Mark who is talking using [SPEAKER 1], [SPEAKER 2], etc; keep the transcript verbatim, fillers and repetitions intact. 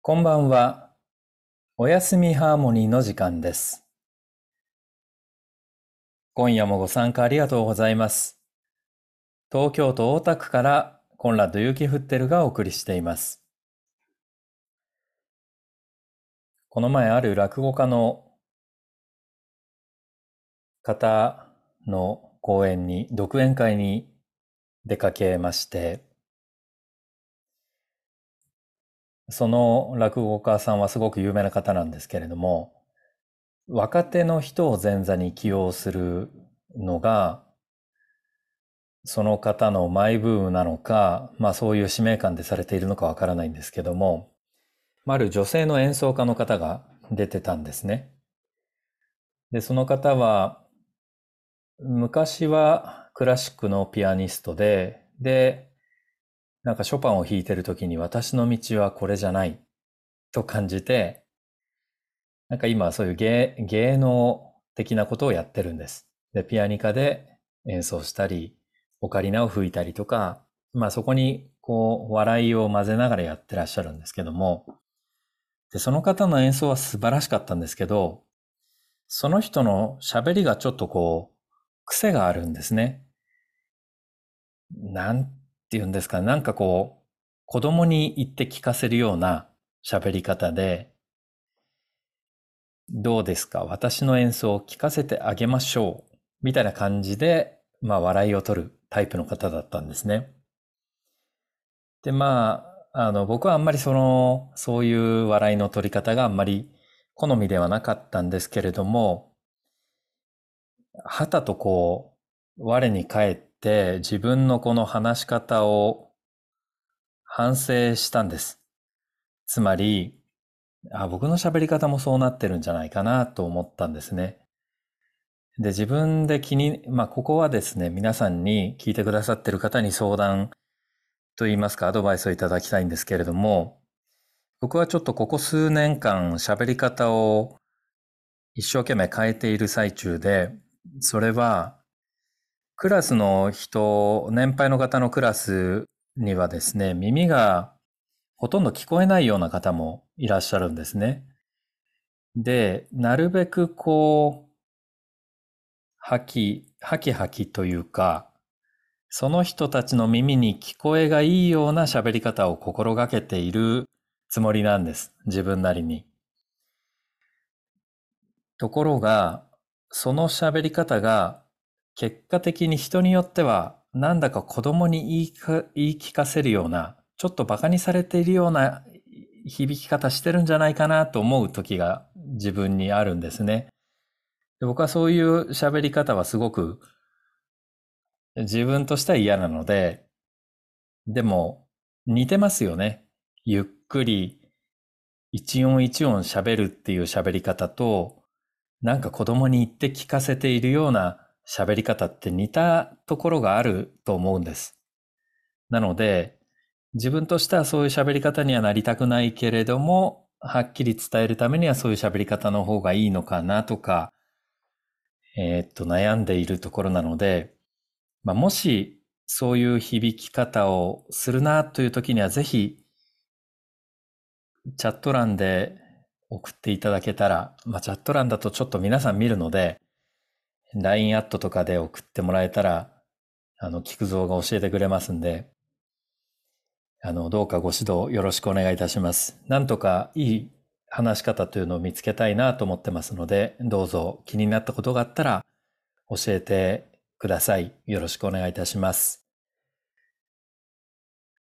[SPEAKER 1] こんばんは。おやすみハーモニーの時間です。今夜もご参加ありがとうございます。東京都大田区からコンラッド・ユキフッテルがお送りしています。この前ある落語家の方の講演に、独演会に出かけまして、その落語家さんはすごく有名な方なんですけれども、若手の人を前座に起用するのが、その方のマイブームなのか、まあそういう使命感でされているのかわからないんですけども、ある女性の演奏家の方が出てたんですね。で、その方は、昔はクラシックのピアニストで、で、なんかショパンを弾いてる時に私の道はこれじゃないと感じて、なんか今はそういう芸、芸能的なことをやってるんです。で、ピアニカで演奏したり、オカリナを吹いたりとか、まあそこにこう笑いを混ぜながらやってらっしゃるんですけども、で、その方の演奏は素晴らしかったんですけど、その人の喋りがちょっとこう、癖があるんですね。なんて言うんですか、なんかこう、子供に言って聞かせるような喋り方で、どうですか、私の演奏を聞かせてあげましょう。みたいな感じで、まあ笑いを取るタイプの方だったんですね。で、まあ、あの、僕はあんまりその、そういう笑いの取り方があんまり好みではなかったんですけれども、はたとこう、我に返って自分のこの話し方を反省したんです。つまり、あ、僕の喋り方もそうなってるんじゃないかなと思ったんですね。で、自分で気に、まあ、ここはですね、皆さんに聞いてくださってる方に相談といいますか、アドバイスをいただきたいんですけれども、僕はちょっとここ数年間喋り方を一生懸命変えている最中で、それは、クラスの人、年配の方のクラスにはですね、耳がほとんど聞こえないような方もいらっしゃるんですね。で、なるべくこう、はき、はきはきというか、その人たちの耳に聞こえがいいような喋り方を心がけているつもりなんです。自分なりに。ところが、その喋り方が結果的に人によってはなんだか子供に言いか言い聞かせるような、ちょっと馬鹿にされているような響き方してるんじゃないかなと思う時が自分にあるんですね。で、僕はそういう喋り方はすごく自分としては嫌なので、でも似てますよね。ゆっくり一音一音喋るっていう喋り方と、なんか子供に言って聞かせているような喋り方って似たところがあると思うんです。なので、自分としてはそういう喋り方にはなりたくないけれども、はっきり伝えるためにはそういう喋り方の方がいいのかなとか、えーっと、悩んでいるところなので、まあ、もしそういう響き方をするなという時にはぜひチャット欄で送っていただけたら、まあ、チャット欄だとちょっと皆さん見るので、ライン アットとかで送ってもらえたら、あの、菊蔵が教えてくれますんで、あの、どうかご指導よろしくお願いいたします。なんとかいい話し方というのを見つけたいなと思ってますので、どうぞ気になったことがあったら教えてください。よろしくお願いいたします。